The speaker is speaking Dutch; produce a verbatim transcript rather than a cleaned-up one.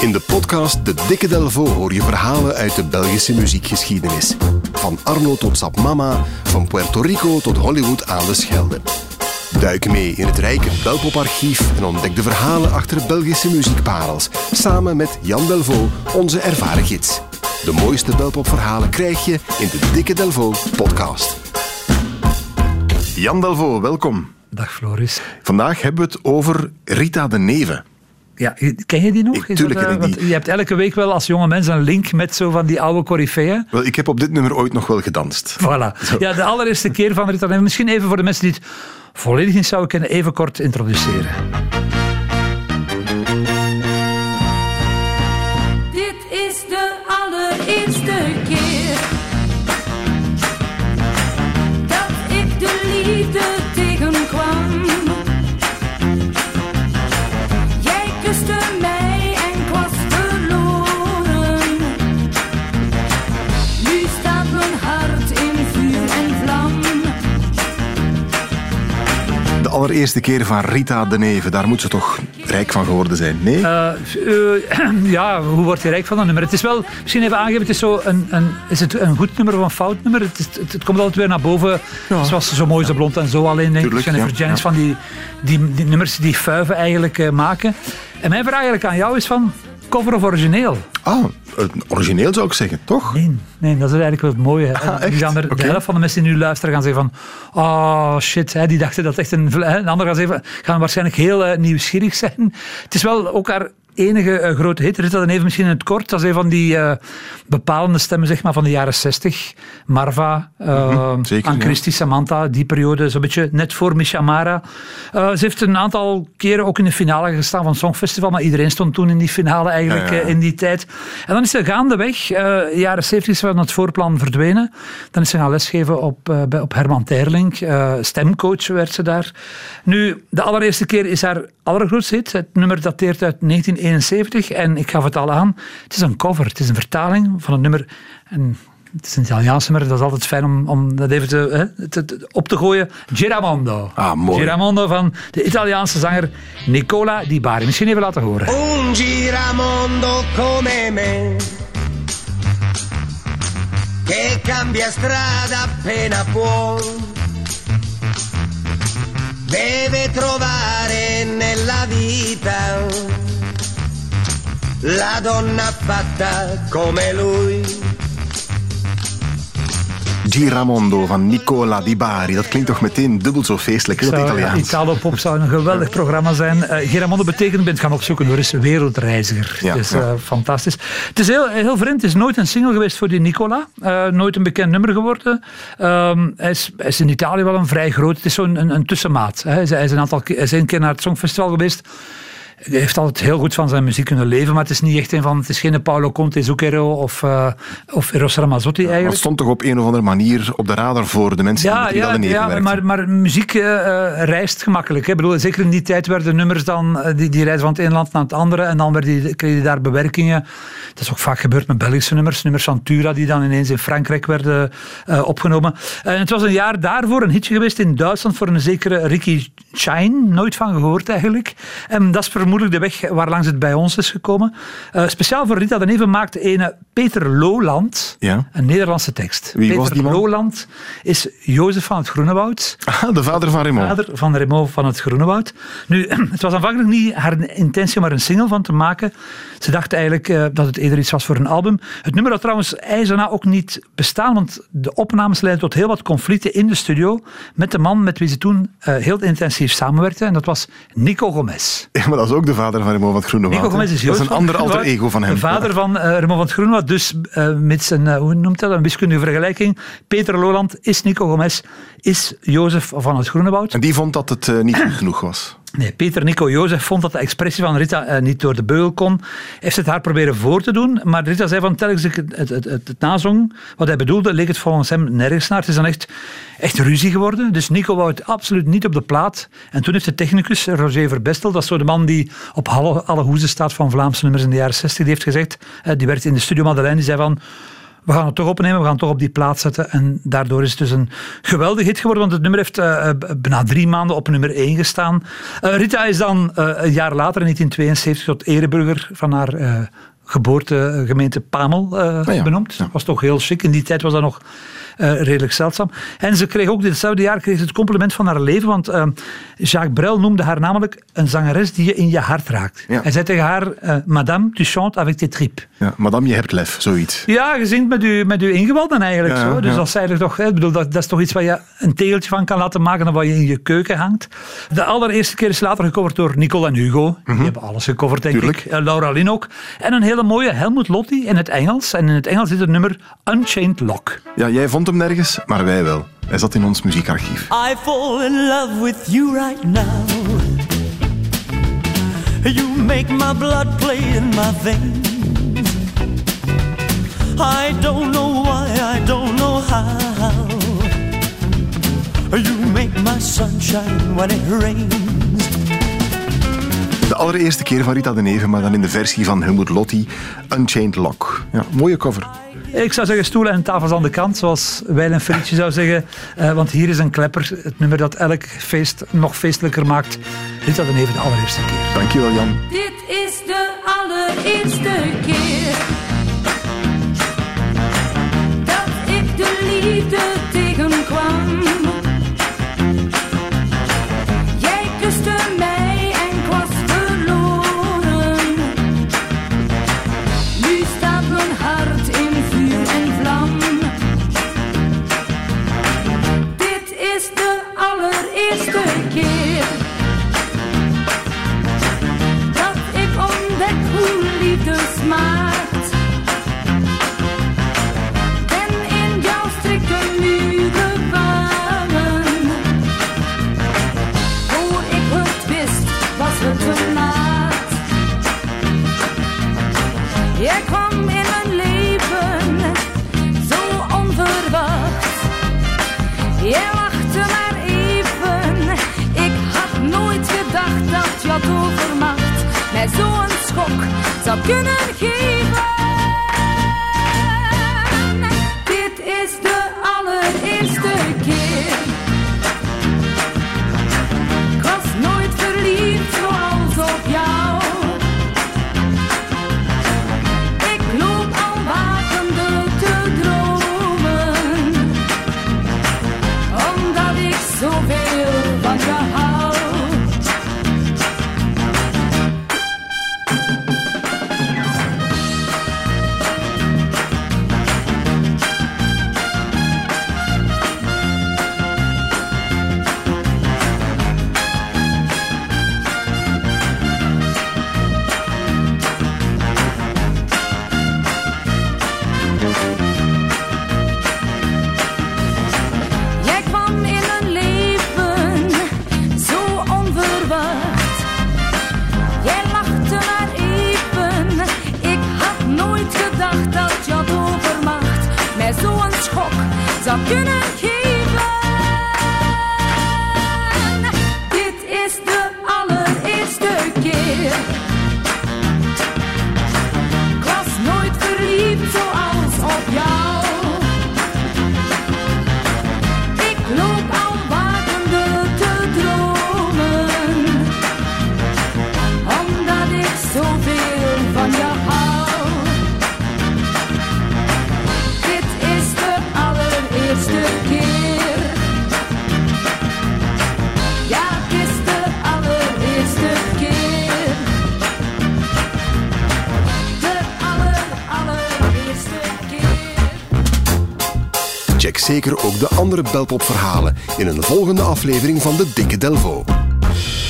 In de podcast De Dikke Delvaux hoor je verhalen uit de Belgische muziekgeschiedenis. Van Arno tot Sap Mama, van Puerto Rico tot Hollywood aan de Schelde. Duik mee in het rijke Belpoparchief en ontdek de verhalen achter Belgische muziekparels. Samen met Jan Delvaux, onze ervaren gids. De mooiste Belpopverhalen krijg je in de Dikke Delvaux podcast. Jan Delvaux, welkom. Dag Floris. Vandaag hebben we het over Rita de Neve. Ja, ken je die nog? Ik, tuurlijk ken ik die. Je hebt elke week wel als jonge mens een link met zo van die oude coryfeeën. Wel, ik heb op dit nummer ooit nog wel gedanst. Voilà. Zo. Ja, de allereerste keer van Rita de Neve. Misschien even voor de mensen die het volledig niet zouden kennen, even kort introduceren. Dit is de allereerste keer dat ik de liefde tegenkwam. De allereerste keer van Rita de Neve, daar moet ze toch rijk van geworden zijn, nee? Uh, uh, ja, hoe word je rijk van dat nummer? Het is wel, misschien even aangegeven, het is, zo een, een, is het een goed nummer of een fout nummer? Het, is, het, het komt altijd weer naar boven, ja. Zoals Zo mooi, zo blond en zo alleen, denk ik. Jennifer ja, Jennings ja. van die, die, die nummers die fuiven eigenlijk uh, maken. En mijn vraag eigenlijk aan jou is van, cover of origineel? Ah, origineel zou ik zeggen, toch? Nee, nee, dat is eigenlijk wel het mooie. Ah, die gaan er, okay. De helft van de mensen die nu luisteren gaan zeggen van oh shit, hè, die dachten dat echt een... Hè, de anderen gaan, zeggen, gaan waarschijnlijk heel uh, nieuwsgierig zijn. Het is wel ook haar enige uh, grote hit. Rita de Neve misschien in het kort. Dat is een van die uh, bepalende stemmen zeg maar, van de jaren zestig. Marva, uh, mm-hmm, zeker, Anne Christie, ja. Samantha, die periode zo'n beetje net voor Misha Mara. Uh, ze heeft een aantal keren ook in de finale gestaan van het Songfestival, maar iedereen stond toen in die finale eigenlijk ja, ja. Uh, in die tijd. En dan is ze gaandeweg, uh, jaren zeventig is van het voorplan verdwenen. Dan is ze gaan lesgeven op, uh, bij, op Herman Terling. Uh, stemcoach werd ze daar. Nu, de allereerste keer is haar allergrootste hit. Het nummer dateert uit negentien eenenzeventig en ik gaf het al aan. Het is een cover, het is een vertaling van een nummer. En het is een Italiaans nummer, dat is altijd fijn om, om dat even te, hè, te, te, op te gooien. Giramondo. Ah, mooi. Giramondo van de Italiaanse zanger Nicola Di Bari. Misschien even laten horen. Un giramondo come me che cambia strada appena può. Deve trovare nella vita la donna fatta come lui. Giramondo van Nicola Di Bari. Dat klinkt toch meteen dubbel zo feestelijk, dat Italiaans. Italo-pop zou een geweldig programma zijn. Uh, Giramondo betekent, ben het gaan opzoeken hoor, is wereldreiziger. Ja, het is ja. uh, fantastisch. Het is heel, heel vreemd, het is nooit een single geweest voor die Nicola. Uh, nooit een bekend nummer geworden. Um, hij, is, hij is in Italië wel een vrij groot, het is zo'n een, een tussenmaat. Hè. Hij, is, hij, is een aantal, hij is een keer naar het Songfestival geweest. Hij heeft altijd heel goed van zijn muziek kunnen leven, maar het is niet echt een van, het is geen Paolo Conte Zucchero of, uh, of Eros Ramazzotti eigenlijk. Maar het stond toch op een of andere manier op de radar voor de mensen ja, die ja, dat ja, werkten. maar, maar muziek uh, reist gemakkelijk. Hè. Ik bedoel, zeker in die tijd werden nummers dan, die, die reizen van het ene land naar het andere en dan die, kreeg je daar bewerkingen. Dat is ook vaak gebeurd met Belgische nummers, nummers van Tura die dan ineens in Frankrijk werden uh, opgenomen. En het was een jaar daarvoor een hitje geweest in Duitsland voor een zekere Ricky Shine, nooit van gehoord eigenlijk. En dat is vermoedelijk de weg waar langs het bij ons is gekomen. Uh, speciaal voor Rita de Neve maakte ene Peter Loland ja. een Nederlandse tekst. Wie Peter was die man? Loland is Jozef van het Groenewoud. Ah, de vader van Remo. De vader van Remo van het Groenewoud. Nu, het was aanvankelijk niet haar intentie om er een single van te maken. Ze dacht eigenlijk uh, dat het eerder iets was voor een album. Het nummer had trouwens ijzerna ook niet bestaan, want de opnames leidden tot heel wat conflicten in de studio met de man met wie ze toen uh, heel intensief samenwerkte. En dat was Nico Gomez. Ja, maar dat is ook de vader van Remo van het Groenewoud. Nico Gomez is dat is een ander alter ego van hem. De vader van uh, Remo van het Groenewoud. Dus uh, met een, uh, hoe noemt dat, een wiskundige vergelijking. Peter Loland is Nico Gomez, is Jozef van het Groenewoud. En die vond dat het uh, niet goed genoeg was. Nee, Peter Nico Jozef vond dat de expressie van Rita uh, niet door de beugel kon. Heeft het haar proberen voor te doen, maar Rita zei van telkens ik het, het, het, het, het nazong wat hij bedoelde, leek het volgens hem nergens naar. Het is dan echt, echt ruzie geworden. Dus Nico wou het absoluut niet op de plaat. En toen heeft de technicus Roger Verbestel, dat is zo de man die op alle, alle hoezen staat van Vlaamse nummers in de jaren zestig, die heeft gezegd, uh, die werkte in de Studio Madeleine, die zei van we gaan het toch opnemen, we gaan het toch op die plaats zetten. En daardoor is het dus een geweldige hit geworden, want het nummer heeft uh, bijna drie maanden op nummer één gestaan. Uh, Rita is dan uh, een jaar later, in negentien tweeënzeventig, tot ereburger van haar uh, geboortegemeente Pamel uh, ah, ja. benoemd. Dat ja. was toch heel chic. In die tijd was dat nog uh, redelijk zeldzaam. En ze kreeg ook ditzelfde jaar kreeg ze het compliment van haar leven, want uh, Jacques Brel noemde haar namelijk een zangeres die je in je hart raakt. Ja. Hij zei tegen haar, uh, Madame, tu chantes avec tes tripes. Ja, madame, je hebt lef, zoiets. Ja, je zingt met je, met je ingewanden eigenlijk. Ja, zo. Dus ja. dat, zei er toch, hè, bedoel, dat, dat is toch iets waar je een tegeltje van kan laten maken en wat je in je keuken hangt. De allereerste keer is later gecoverd door Nicole en Hugo. Mm-hmm. Die hebben alles gecoverd, denk Tuurlijk. ik. Uh, Laura Lynn ook. En een hele mooie Helmut Lotti in het Engels. En in het Engels is het nummer Unchained Lock. Ja, jij vond hem nergens, maar wij wel. Hij zat in ons muziekarchief. I fall in love with you right now. You make my blood play in my veins. I don't know why, I don't know how. You make my sunshine when it rains. De allereerste keer van Rita de Neve, maar dan in de versie van Helmut Lotti, Unchained Lock. Ja, mooie cover. Ik zou zeggen stoelen en tafels aan de kant, zoals Wijlen Frietje zou zeggen. Uh, want hier is een klepper, het nummer dat elk feest nog feestelijker maakt. Rita de Neve de allereerste keer. Dankjewel, Jan. Dit is de allereerste keer dat ik de liefde tegenkwam. Jij kuste mij en ik was verloren. Nu staat mijn hart in vuur en vlam. Dit is de allereerste keer dat ik ontdek hoe liefde smaakt. En in jouw strikken nu gevangen. Voor ik het wist, was het te laat. Jij kwam in mijn leven, zo onverwacht. Jij lachte maar even, ik had nooit gedacht dat jouw tovermacht mij zo'n schok zou kunnen geven. Dit is de allereerste keer. Ik was nooit verliefd zoals op jou. Ik loop al wakende te dromen, omdat ik zoveel van je hou. Jij kwam in mijn leven, zo onverwacht. Jij lachte maar even, ik had nooit gedacht dat jouw tovermacht mij zo'n schok zou kunnen geven. Dit is de allereerste keer. Ik was nooit verliefd zoals op jou. Ik loop al wakende te dromen, omdat ik zoveel van je hou. Dit is de allereerste keer. Ja, het is de allereerste keer. De aller, allereerste keer. Check zeker ook de andere Belpop-verhalen in een volgende aflevering van de Dikke Delvaux.